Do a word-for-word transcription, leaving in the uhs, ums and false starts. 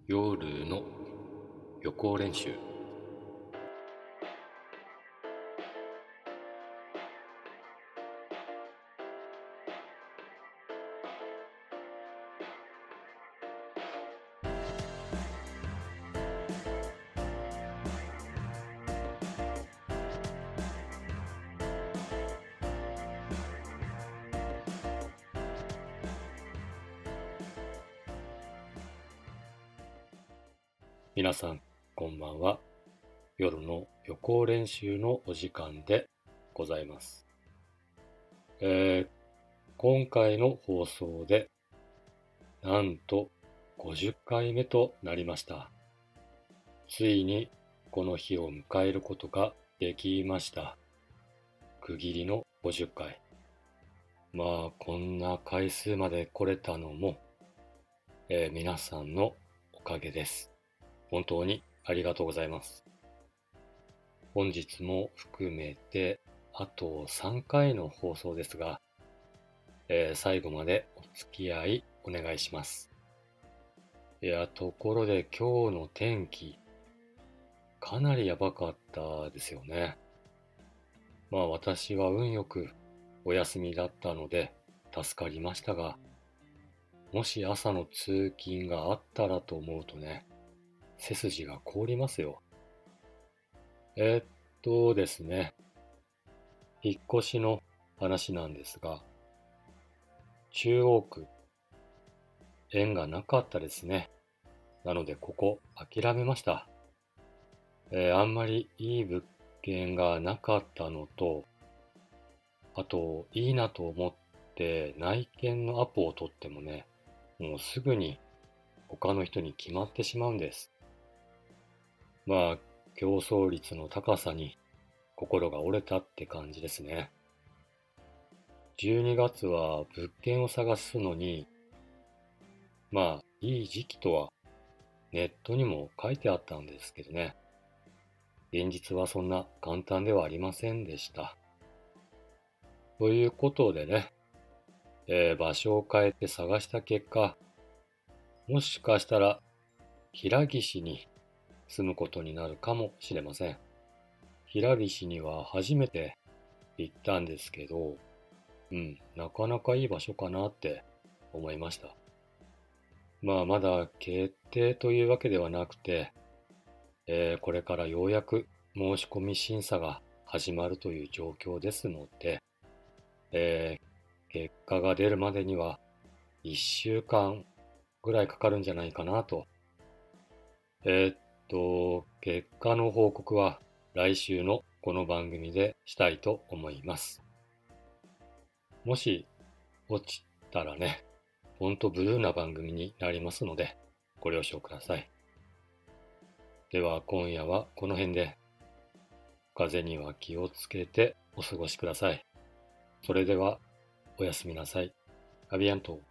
夜の予行練習。皆さんこんばんは。夜の予行練習のお時間でございます。えー、今回の放送でなんとごじゅっかいめとなりました。ついにこの日を迎えることができました。区切りのごじゅっかい。まあこんな回数まで来れたのも、えー皆さんのおかげです。本当にありがとうございます。本日も含めてあとさんかいの放送ですが、えー最後までお付き合いお願いします。いや、ところで今日の天気、かなりやばかったですよね。まあ私は運よくお休みだったので助かりましたが、もし朝の通勤があったらと思うとね、背筋が凍りますよ。えーっとですね、引っ越しの話なんですが、中央区、縁がなかったですね。なのでここ諦めました。えーあんまりいい物件がなかったのと、あといいなと思って内見のアポを取ってもね、もうすぐに他の人に決まってしまうんです。まあ競争率の高さに心が折れたって感じですね。じゅうにがつは物件を探すのに、まあいい時期とはネットにも書いてあったんですけどね。現実はそんな簡単ではありませんでした。ということでね、えー場所を変えて探した結果、もしかしたら平岸に住むことになるかもしれません。平岸には初めて行ったんですけど、うん、なかなかいい場所かなって思いました。まあまだ決定というわけではなくて、えーこれからようやく申し込み審査が始まるという状況ですので、えー結果が出るまでにはいっしゅうかんぐらいかかるんじゃないかなと。えーっと、結果の報告は来週のこの番組でしたいと思います。もし落ちたらね、ほんとブルーな番組になりますので、ご了承ください。では今夜はこの辺で、風邪には気をつけてお過ごしください。それではおやすみなさい。アビアント。